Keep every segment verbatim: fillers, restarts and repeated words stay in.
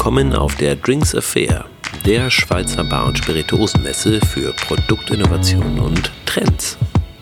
Willkommen auf der Drinks Affair, der Schweizer Bar- und Spirituosenmesse für Produktinnovationen und Trends.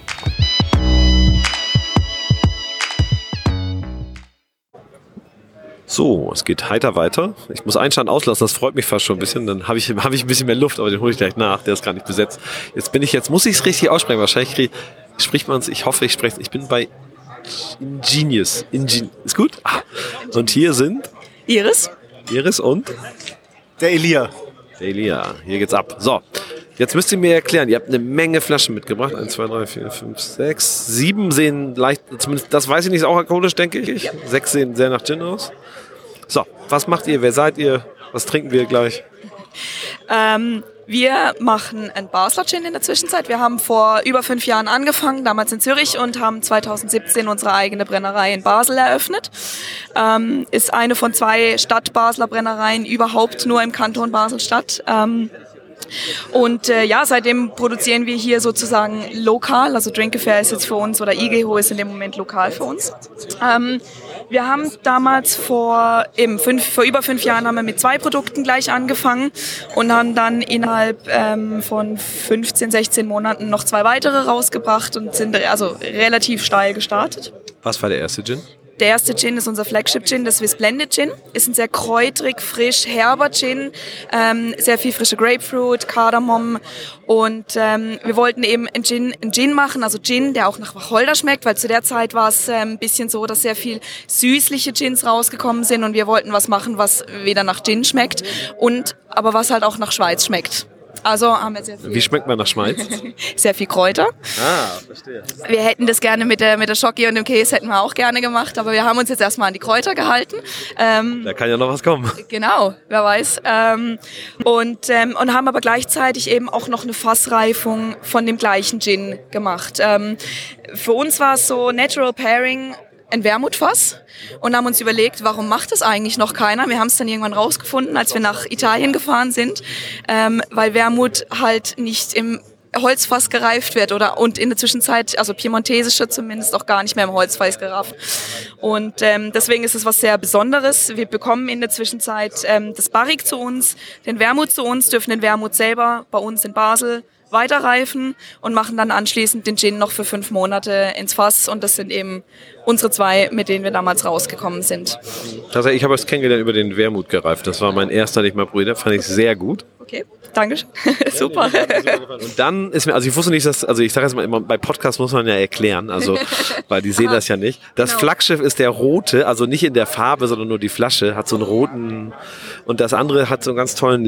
So, es geht heiter weiter. Ich muss einen Stand auslassen, das freut mich fast schon ein bisschen. Dann habe ich, hab ich ein bisschen mehr Luft, aber den hole ich gleich nach. Der ist gar nicht besetzt. Jetzt bin ich jetzt, muss ich es richtig aussprechen. Wahrscheinlich krieg, spricht man es, ich hoffe, ich spreche es. Ich bin bei Ingenious. Ingen, ist gut? Ah. Und hier sind Iris. Iris und der Elia. Der Elia. Hier geht's ab. So, jetzt müsst ihr mir erklären, ihr habt eine Menge Flaschen mitgebracht. eins, zwei, drei, vier, fünf, sechs, sieben sehen leicht, zumindest das weiß ich nicht, ist auch alkoholisch, denke ich. Ja. Sechs sehen sehr nach Gin aus. So, was macht ihr? Wer seid ihr? Was trinken wir gleich? Ähm, wir machen ein Basler Gin in der Zwischenzeit. Wir haben vor über fünf Jahren angefangen, damals in Zürich, und haben zwanzig siebzehn unsere eigene Brennerei in Basel eröffnet. Ähm, ist eine von zwei Stadt-Basler Brennereien überhaupt nur im Kanton Basel-Stadt. Ähm, Und äh, ja, seitdem produzieren wir hier sozusagen lokal, also Drink Affair ist jetzt für uns, oder I G H O ist in dem Moment lokal für uns. Ähm, wir haben damals vor, eben fünf, vor über fünf Jahren haben wir mit zwei Produkten gleich angefangen und haben dann innerhalb ähm, von fünfzehn, sechzehn Monaten noch zwei weitere rausgebracht und sind also relativ steil gestartet. Was war der erste Gin? Der erste Gin ist unser Flagship-Gin, das Swiss Blended Gin. Ist ein sehr kräutrig, frisch, herber Gin. Ähm, sehr viel frische Grapefruit, Kardamom. Und ähm, wir wollten eben einen Gin, einen Gin machen, also Gin, der auch nach Wacholder schmeckt, weil zu der Zeit war es ähm, ein bisschen so, dass sehr viel süßliche Gins rausgekommen sind und wir wollten was machen, was weder nach Gin schmeckt, und aber was halt auch nach Schweiz schmeckt. Also haben wir sehr viel. Wie schmeckt man nach Schweiz? Sehr viel Kräuter. Ah, verstehe. Wir hätten das gerne mit der, mit der Schoki und dem Käse hätten wir auch gerne gemacht, aber wir haben uns jetzt erstmal an die Kräuter gehalten. Ähm, da kann ja noch was kommen. Genau, wer weiß. Ähm, und, ähm, und haben aber gleichzeitig eben auch noch eine Fassreifung von dem gleichen Gin gemacht. Ähm, für uns war es so Natural Pairing, ein Wermutfass, und haben uns überlegt, warum macht das eigentlich noch keiner? Wir haben es dann irgendwann rausgefunden, als wir nach Italien gefahren sind, ähm, weil Wermut halt nicht im Holzfass gereift wird oder und in der Zwischenzeit, also piemontesische zumindest, auch gar nicht mehr im Holzfass gerafft. Und ähm, deswegen ist es was sehr Besonderes. Wir bekommen in der Zwischenzeit ähm, das Barrique zu uns, den Wermut zu uns, dürfen den Wermut selber bei uns in Basel weiterreifen und machen dann anschließend den Gin noch für fünf Monate ins Fass, und das sind eben unsere zwei, mit denen wir damals rausgekommen sind. Also ich habe es kennengelernt über den Wermut gereift. Das war mein erster, den ich mal probiert habe, fand ich sehr gut. Okay, danke. Super. Und dann ist mir, also ich wusste nicht, dass, also ich sage jetzt mal immer, bei Podcasts muss man ja erklären, also, weil die sehen das ja nicht. Das genau. Flaggschiff ist der rote, also nicht in der Farbe, sondern nur die Flasche, hat so einen roten, und das andere hat so einen ganz tollen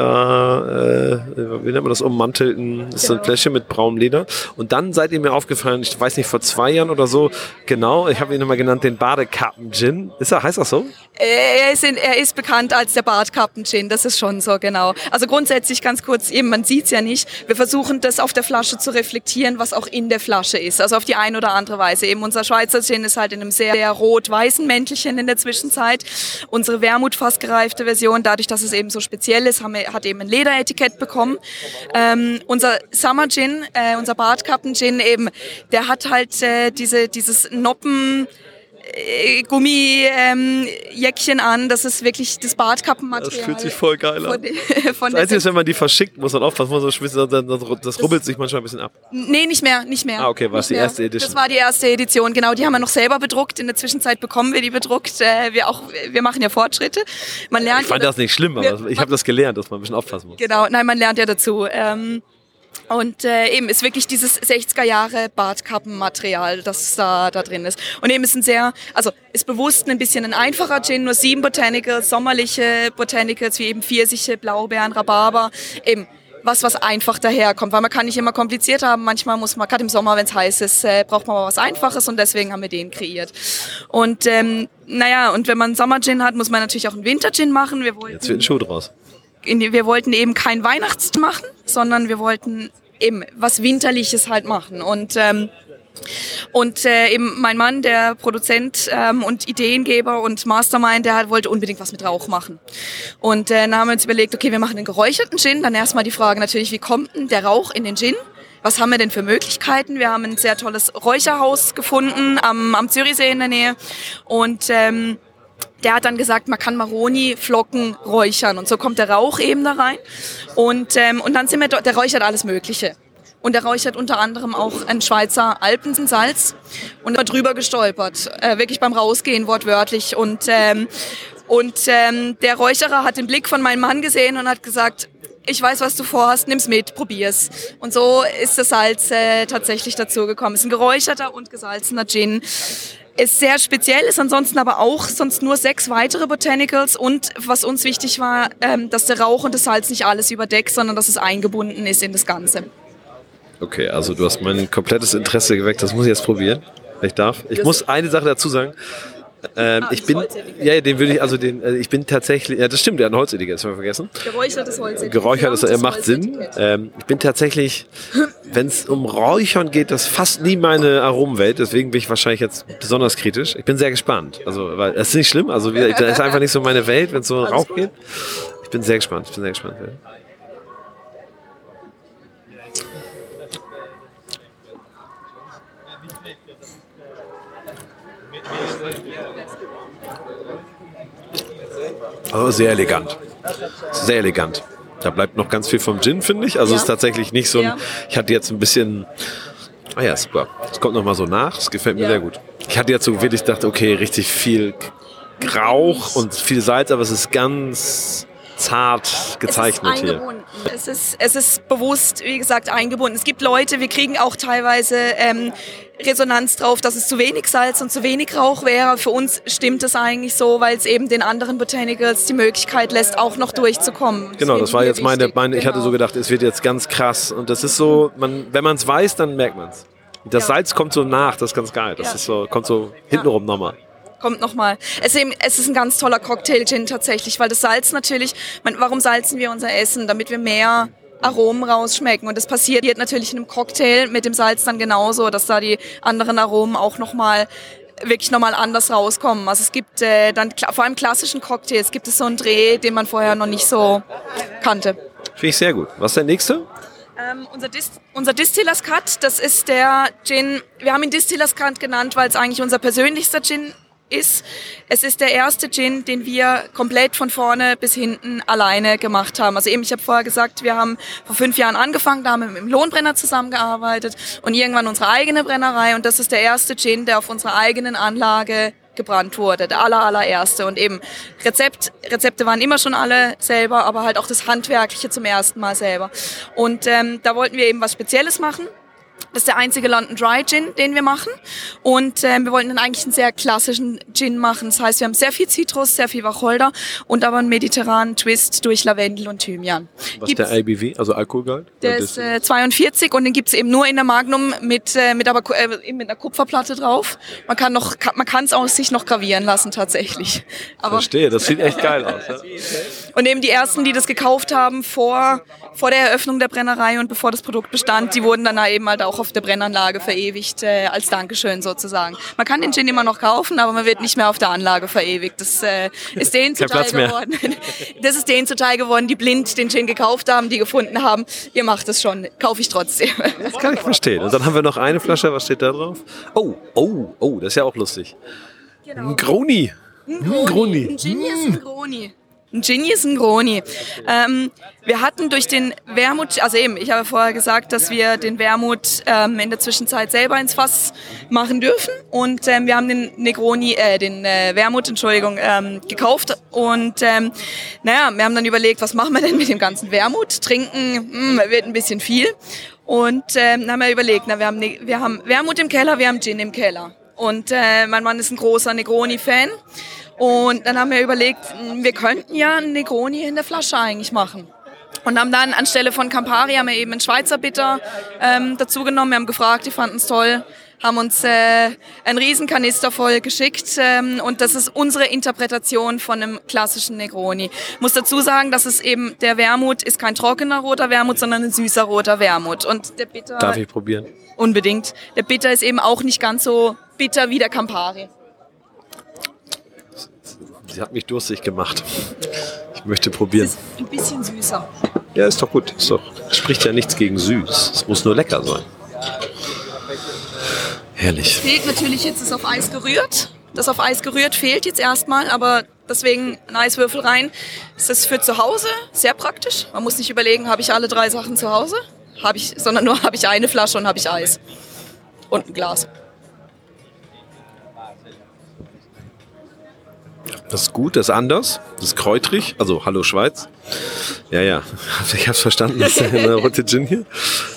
Leder, äh, wie nennt man das, ummantelten, ist so ein Fläschchen mit braunem Leder. Und dann seid ihr mir aufgefallen, ich weiß nicht, vor zwei Jahren oder so, genau, ich habe ihn nochmal genannt, den Badekappen-Gin. Ist er, heißt das so? Er ist, in, er ist bekannt als der Badkappen-Gin, das ist schon so, genau. Also grundsätzlich ganz kurz, eben, man sieht es ja nicht, wir versuchen das auf der Flasche zu reflektieren, was auch in der Flasche ist, also auf die eine oder andere Weise. Eben unser Schweizer Gin ist halt in einem sehr, sehr rot-weißen Mäntelchen in der Zwischenzeit. Unsere wermutfassgereifte Version, dadurch, dass es eben so speziell ist, haben wir, hat eben ein Lederetikett bekommen. Ähm, unser Summer Gin, äh, unser Badkappen-Gin eben, der hat halt äh, diese, dieses Noppen, Gummijäckchen ähm, an, das ist wirklich das Badkappenmaterial. Das fühlt sich voll geil an. Von den, von das Einzige ist, wenn man die verschickt, muss man aufpassen, muss man so, das, das rubbelt sich manchmal ein bisschen ab. Nee, nicht mehr, nicht mehr. Ah, okay, war es die mehr. erste Edition? Das war die erste Edition, genau, die haben wir noch selber bedruckt. In der Zwischenzeit bekommen wir die bedruckt. Äh, wir, auch, wir machen ja Fortschritte. Man lernt ich fand ja, das nicht schlimm, aber wir, ich habe das gelernt, dass man ein bisschen aufpassen muss. Genau, nein, man lernt ja dazu. Ähm, Und äh, eben ist wirklich dieses sechziger Jahre Badkappenmaterial, das da, da drin ist. Und eben ist ein sehr, also ist bewusst ein bisschen ein einfacher Gin, nur sieben Botanicals, sommerliche Botanicals wie eben Pfirsiche, Blaubeeren, Rhabarber, eben was, was einfach daherkommt, weil man kann nicht immer kompliziert haben, manchmal muss man, gerade im Sommer, wenn es heiß ist, äh, braucht man mal was Einfaches, und deswegen haben wir den kreiert. Und ähm, naja, und wenn man einen Sommer-Gin hat, muss man natürlich auch einen Winter-Gin machen. Wir wollten, Jetzt wird ein Schuh draus. Wir wollten eben kein Weihnachts machen, sondern wir wollten eben was Winterliches halt machen. Und ähm, und äh, eben mein Mann, der Produzent ähm, und Ideengeber und Mastermind, der halt wollte unbedingt was mit Rauch machen. Und äh, dann haben wir uns überlegt, okay, wir machen einen geräucherten Gin. Dann erstmal die Frage natürlich, wie kommt denn der Rauch in den Gin? Was haben wir denn für Möglichkeiten? Wir haben ein sehr tolles Räucherhaus gefunden am, am Zürichsee in der Nähe. Und ähm, der hat dann gesagt, man kann Maroni-Flocken räuchern und so kommt der Rauch eben da rein und, ähm, und dann sind wir, der räuchert alles Mögliche. Und der räuchert unter anderem auch ein Schweizer Alpensalz und drüber gestolpert, äh, wirklich beim Rausgehen wortwörtlich. Und, ähm, und ähm, der Räucherer hat den Blick von meinem Mann gesehen und hat gesagt, ich weiß, was du vorhast, nimm's mit, probier's. Und so ist das Salz äh, tatsächlich dazu gekommen. Es ist ein geräucherter und gesalzener Gin. Ist sehr speziell, ist ansonsten aber auch sonst nur sechs weitere Botanicals und was uns wichtig war, ähm, dass der Rauch und das Salz nicht alles überdeckt, sondern dass es eingebunden ist in das Ganze. Okay, also du hast mein komplettes Interesse geweckt, das muss ich jetzt probieren, wenn ich darf. Ich muss eine Sache dazu sagen. Ähm, ah, ich bin, ja, den würde ich, also den, äh, ich bin tatsächlich, ja, das stimmt, der hat ein Holzetikett, das haben wir vergessen. Geräuchertes Holzetikett. Geräuchertes, er macht Sinn. Ähm, ich bin tatsächlich, wenn es um Räuchern geht, das fast nie meine Aromenwelt, deswegen bin ich wahrscheinlich jetzt besonders kritisch. Ich bin sehr gespannt, also, weil, es ist nicht schlimm, also, das ist einfach nicht so meine Welt, wenn es so um Rauch geht. Ich bin sehr gespannt, ich bin sehr gespannt. Ja. Oh, sehr elegant. Sehr elegant. Da bleibt noch ganz viel vom Gin, finde ich. Also ja. Es ist tatsächlich nicht so ein... Ja. Ich hatte jetzt ein bisschen... Ah ja, super. Es kommt nochmal so nach. Es gefällt mir ja. sehr gut. Ich hatte jetzt so wirklich gedacht, okay, richtig viel Rauch und viel Salz, aber es ist ganz zart gezeichnet es ist hier. Es ist, es ist bewusst, wie gesagt, eingebunden. Es gibt Leute, wir kriegen auch teilweise ähm, Resonanz drauf, dass es zu wenig Salz und zu wenig Rauch wäre. Für uns stimmt es eigentlich so, weil es eben den anderen Botanicals die Möglichkeit lässt, auch noch durchzukommen. Das genau, das war jetzt meine, meine, ich genau. hatte so gedacht, es wird jetzt ganz krass. Und das ist so, man, wenn man es weiß, dann merkt man es. Das ja. Salz kommt so nach, das ist ganz geil. Das ja. ist so, kommt so hintenrum ja. nochmal. Kommt nochmal. Es, es ist ein ganz toller Cocktail-Gin tatsächlich, weil das Salz natürlich, man, warum salzen wir unser Essen? Damit wir mehr Aromen rausschmecken. Und das passiert natürlich in einem Cocktail mit dem Salz dann genauso, dass da die anderen Aromen auch nochmal wirklich nochmal anders rauskommen. Also es gibt äh, dann, vor allem klassischen Cocktails, gibt es so einen Dreh, den man vorher noch nicht so kannte. Finde ich sehr gut. Was ist der nächste? Ähm, unser, Dis- unser Distillers Cut, das ist der Gin, wir haben ihn Distillers Cut genannt, weil es eigentlich unser persönlichster Gin ist. Es ist der erste Gin, den wir komplett von vorne bis hinten alleine gemacht haben. Also eben, ich habe vorher gesagt, wir haben vor fünf Jahren angefangen, da haben wir mit dem Lohnbrenner zusammengearbeitet und irgendwann unsere eigene Brennerei und das ist der erste Gin, der auf unserer eigenen Anlage gebrannt wurde, der aller, allererste. Und eben Rezept, Rezepte waren immer schon alle selber, aber halt auch das Handwerkliche zum ersten Mal selber. Und ähm, da wollten wir eben was Spezielles machen. Das ist der einzige London Dry Gin, den wir machen. Und äh, wir wollten dann eigentlich einen sehr klassischen Gin machen. Das heißt, wir haben sehr viel Zitrus, sehr viel Wacholder und aber einen mediterranen Twist durch Lavendel und Thymian. Was ist der A B V, also Alkoholgehalt? Der ist äh, zweiundvierzig und den gibt's eben nur in der Magnum mit äh, mit aber äh, mit einer Kupferplatte drauf. Man kann noch kann, man kann es auch sich noch gravieren lassen tatsächlich. Aber verstehe, das sieht echt geil aus. Ja? Und eben die ersten, die das gekauft haben vor vor der Eröffnung der Brennerei und bevor das Produkt bestand, die wurden dann eben halt auch auf der Brennanlage verewigt, äh, als Dankeschön sozusagen. Man kann den Gin immer noch kaufen, aber man wird nicht mehr auf der Anlage verewigt. Das äh, ist denen zuteil geworden. Das ist denen zuteil geworden, die blind den Gin gekauft haben, die gefunden haben, ihr macht es schon, kaufe ich trotzdem. Das kann ich verstehen. Und dann haben wir noch eine Flasche, was steht da drauf? Oh, oh, oh, das ist ja auch lustig. Genau. Ein Groni. Ein Groni. Ein Gin ist ein Groni. Ein Gin ist ein Groni. Ähm, wir hatten durch den Wermut, also eben, ich habe vorher gesagt, dass wir den Wermut ähm, in der Zwischenzeit selber ins Fass machen dürfen und ähm, wir haben den Negroni, äh, den äh, Wermut, Entschuldigung, ähm, gekauft und ähm, naja, wir haben dann überlegt, was machen wir denn mit dem ganzen Wermut? Trinken, mh, wird ein bisschen viel und ähm, dann haben wir überlegt, na, wir haben, ne- wir haben Wermut im Keller, wir haben Gin im Keller und äh, mein Mann ist ein großer Negroni-Fan. Und dann haben wir überlegt, wir könnten ja einen Negroni in der Flasche eigentlich machen. Und haben dann anstelle von Campari haben wir eben einen Schweizer Bitter ähm, dazu genommen. Wir haben gefragt, die fanden es toll, haben uns äh, einen riesen Kanister voll geschickt. Ähm, und das ist unsere Interpretation von einem klassischen Negroni. Ich muss dazu sagen, dass es eben, der Wermut ist kein trockener roter Wermut, sondern ein süßer roter Wermut. Und der Bitter... Darf ich probieren? Unbedingt. Der Bitter ist eben auch nicht ganz so bitter wie der Campari. Sie hat mich durstig gemacht. Ich möchte probieren. Es ist ein bisschen süßer. Ja, ist doch gut. Ist doch, spricht ja nichts gegen süß. Es muss nur lecker sein. Herrlich. Fehlt natürlich jetzt, ist auf Eis gerührt. Das auf Eis gerührt fehlt jetzt erstmal, aber deswegen ein Eiswürfel rein. Es ist für zu Hause sehr praktisch. Man muss nicht überlegen, habe ich alle drei Sachen zu Hause, habe ich, sondern nur habe ich eine Flasche und habe ich Eis und ein Glas. Das ist gut, das ist anders, das ist kräutrig, also hallo Schweiz. Ja, ja, ich hab's verstanden, das ist eine rote Gin hier.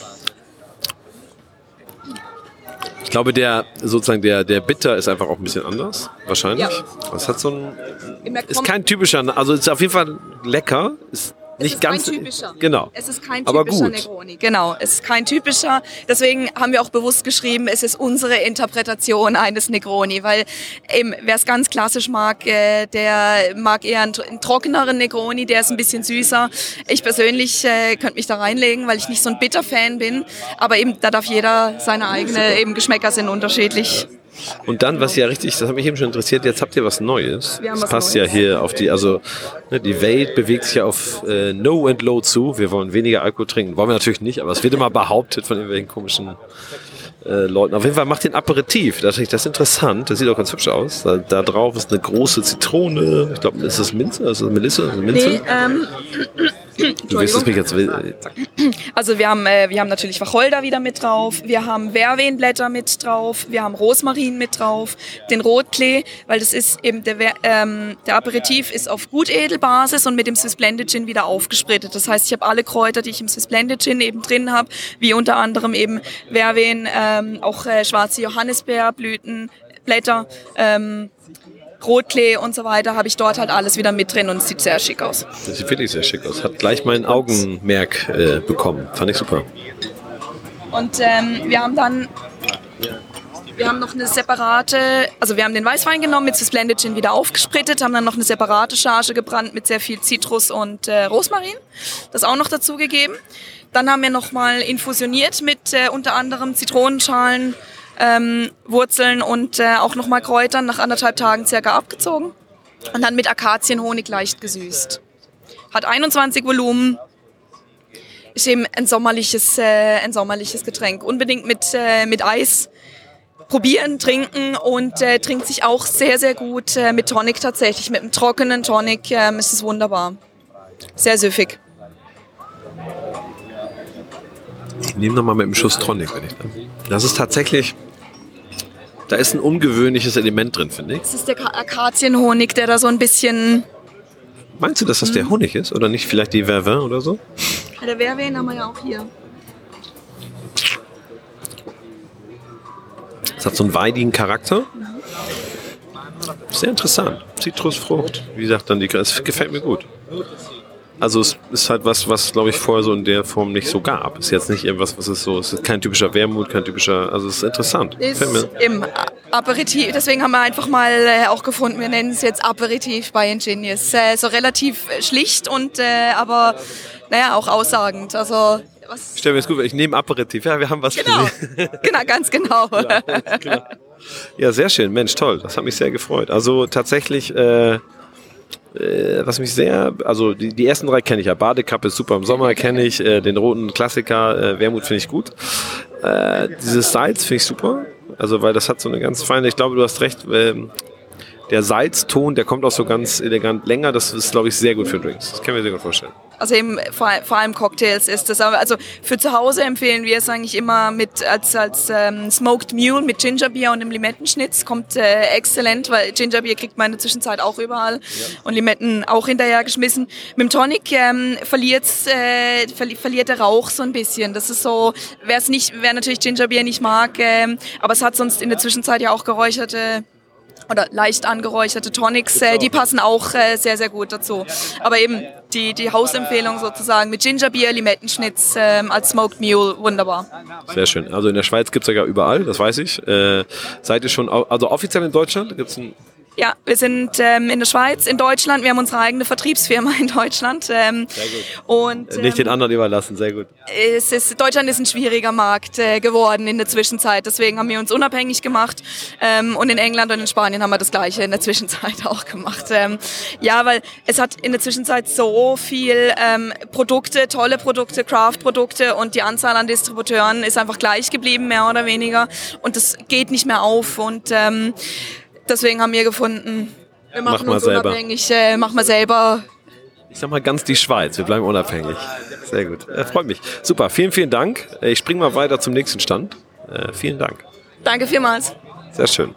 Ich glaube, der sozusagen der, der Bitter ist einfach auch ein bisschen anders, wahrscheinlich. Ja. Es hat so ein, ist kein typischer, also ist auf jeden Fall lecker, ist nicht es ist ganz kein typischer. Genau. Es ist kein aber typischer gut. Negroni. Genau, es ist kein typischer. Deswegen haben wir auch bewusst geschrieben, es ist unsere Interpretation eines Negroni, weil eben, wer es ganz klassisch mag, äh, der mag eher einen, einen trockeneren Negroni, der ist ein bisschen süßer. Ich persönlich äh, könnte mich da reinlegen, weil ich nicht so ein Bitter-Fan bin, aber eben da darf jeder seine eigene, eben Geschmäcker sind unterschiedlich. Und dann, was ja richtig, das hat mich eben schon interessiert, jetzt habt ihr was Neues. Wir haben das was passt Neues. ja hier auf die, also ne, die Welt bewegt sich ja auf äh, No and Low zu. Wir wollen weniger Alkohol trinken. Wollen wir natürlich nicht, aber es wird immer behauptet von irgendwelchen komischen äh, Leuten. Auf jeden Fall macht den Aperitif. Das ist interessant. Das sieht auch ganz hübsch aus. Da, da drauf ist eine große Zitrone. Ich glaube, ist das Minze? Ist das Melisse? Ist das Minze? Nee, ähm, Du wirst es mich jetzt... Also wir haben, äh, wir haben natürlich Wacholder wieder mit drauf, wir haben Vervenblätter mit drauf, wir haben Rosmarin mit drauf, den Rotklee, weil das ist eben, der, ähm, der Aperitif ist auf Gutedelbasis und mit dem Swiss Blended Gin wieder aufgesprittet. Das heißt, ich habe alle Kräuter, die ich im Swiss Blended Gin eben drin habe, wie unter anderem eben Verven, ähm, auch äh, schwarze Johannisbeerblüten, Blätter, ähm, Rotklee und so weiter, habe ich dort halt alles wieder mit drin und es sieht sehr schick aus. Das sieht wirklich sehr schick aus. Hat gleich mein Augenmerk äh, bekommen. Fand ich super. Und ähm, wir haben dann, wir haben noch eine separate, also wir haben den Weißwein genommen, mit Swiss Blended Gin wieder aufgesprittet, haben dann noch eine separate Charge gebrannt mit sehr viel Zitrus und äh, Rosmarin. Das auch noch dazu gegeben. Dann haben wir nochmal infusioniert mit äh, unter anderem Zitronenschalen, Ähm, Wurzeln und äh, auch nochmal Kräutern nach anderthalb Tagen circa abgezogen und dann mit Akazienhonig leicht gesüßt. Hat einundzwanzig Volumen, ist eben ein sommerliches, äh, ein sommerliches Getränk. Unbedingt mit, äh, mit Eis probieren, trinken und äh, trinkt sich auch sehr, sehr gut äh, mit Tonic tatsächlich. Mit einem trockenen Tonic äh, ist es wunderbar. Sehr süffig. Ich nehme nochmal mit einem Schuss Tonic, wenn ich da. Das ist tatsächlich, da ist ein ungewöhnliches Element drin, finde ich. Das ist der Akazienhonig, der da so ein bisschen... Meinst du, dass das der Honig ist oder nicht vielleicht die Vervin oder so? Ja, der Verven haben wir ja auch hier. Es hat so einen weidigen Charakter. Sehr interessant. Zitrusfrucht. Wie gesagt, dann die, es gefällt mir gut. Also es ist halt was, was glaube ich vorher so in der Form nicht so gab. Es ist jetzt nicht irgendwas, was ist so, es ist kein typischer Wermut, kein typischer, also es ist interessant. Ist im Aperitif, deswegen haben wir einfach mal äh, auch gefunden, wir nennen es jetzt Aperitif bei Ingenious. Äh, so relativ schlicht und äh, aber naja, auch aussagend. Also was ich stelle mir das gut vor, ich nehme Aperitif, ja, wir haben was genau. gesehen. Genau, ganz genau. Ja, genau. Ja, sehr schön, Mensch, toll, das hat mich sehr gefreut. Also tatsächlich, äh, was mich sehr, also die, die ersten drei kenne ich ja. Badekappe ist super im Sommer, kenne ich. Äh, den roten Klassiker, äh, Wermut finde ich gut. Äh, dieses Salz finde ich super. Also, weil das hat so eine ganz feine, ich glaube, du hast recht, ähm, der Salzton, der kommt auch so ganz elegant länger. Das ist, glaube ich, sehr gut für Drinks. Das kann ich mir sehr gut vorstellen. Also eben vor, vor allem Cocktails ist das. Aber also für zu Hause empfehlen wir es eigentlich immer mit als als ähm, Smoked Mule mit Gingerbier und einem Limettenschnitz. Kommt äh, exzellent, weil Gingerbier kriegt man in der Zwischenzeit auch überall ja. Und Limetten auch hinterher geschmissen. Mit dem Tonic ähm, verliert's, äh, verli- verliert der Rauch so ein bisschen. Das ist so, wer es nicht, wer natürlich Gingerbier nicht mag, ähm, aber es hat sonst in der Zwischenzeit ja auch geräucherte oder leicht angeräucherte Tonics, äh, die passen auch äh, sehr, sehr gut dazu. Aber eben die, die Hausempfehlung sozusagen mit Gingerbier, Limettenschnitz äh, als Smoked Mule, wunderbar. Sehr schön. Also in der Schweiz gibt es ja überall, das weiß ich. Äh, seid ihr schon, au- also offiziell in Deutschland gibt es ein... Ja, wir sind ähm, in der Schweiz, in Deutschland. Wir haben unsere eigene Vertriebsfirma in Deutschland. Ähm, sehr gut. Und, ähm, Nicht den anderen überlassen, sehr gut. Es ist, Deutschland ist ein schwieriger Markt äh, geworden in der Zwischenzeit. Deswegen haben wir uns unabhängig gemacht. Ähm, und in England und in Spanien haben wir das Gleiche in der Zwischenzeit auch gemacht. Ähm, ja, weil es hat in der Zwischenzeit so viel ähm, Produkte, tolle Produkte, Craft-Produkte und die Anzahl an Distributeuren ist einfach gleich geblieben, mehr oder weniger. Und das geht nicht mehr auf. Und ähm, deswegen haben wir gefunden, wir machen Mach uns mal selber. unabhängig, äh, machen wir selber. Ich sag mal ganz die Schweiz, wir bleiben unabhängig. Sehr gut, äh, freut mich. Super, vielen, vielen Dank. Ich springe mal weiter zum nächsten Stand. Äh, vielen Dank. Danke vielmals. Sehr schön.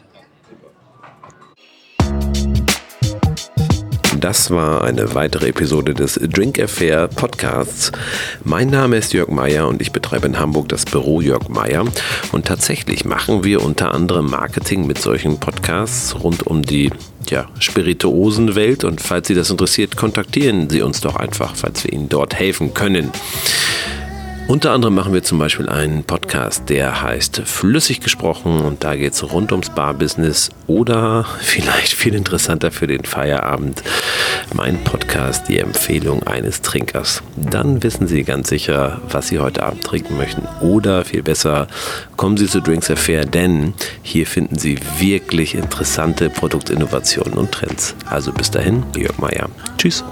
Das war eine weitere Episode des Drink Affair Podcasts. Mein Name ist Jörg Meier und ich betreibe in Hamburg das Büro Jörg Meier. Und tatsächlich machen wir unter anderem Marketing mit solchen Podcasts rund um die ja, Spirituosenwelt. Und falls Sie das interessiert, kontaktieren Sie uns doch einfach, falls wir Ihnen dort helfen können. Unter anderem machen wir zum Beispiel einen Podcast, der heißt Flüssig gesprochen und da geht es rund ums Barbusiness oder vielleicht viel interessanter für den Feierabend, mein Podcast, die Empfehlung eines Trinkers. Dann wissen Sie ganz sicher, was Sie heute Abend trinken möchten oder viel besser, kommen Sie zu Drinks Affair, denn hier finden Sie wirklich interessante Produktinnovationen und Trends. Also bis dahin, Jörg Meier. Tschüss.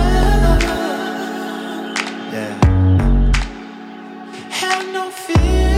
Have no fear.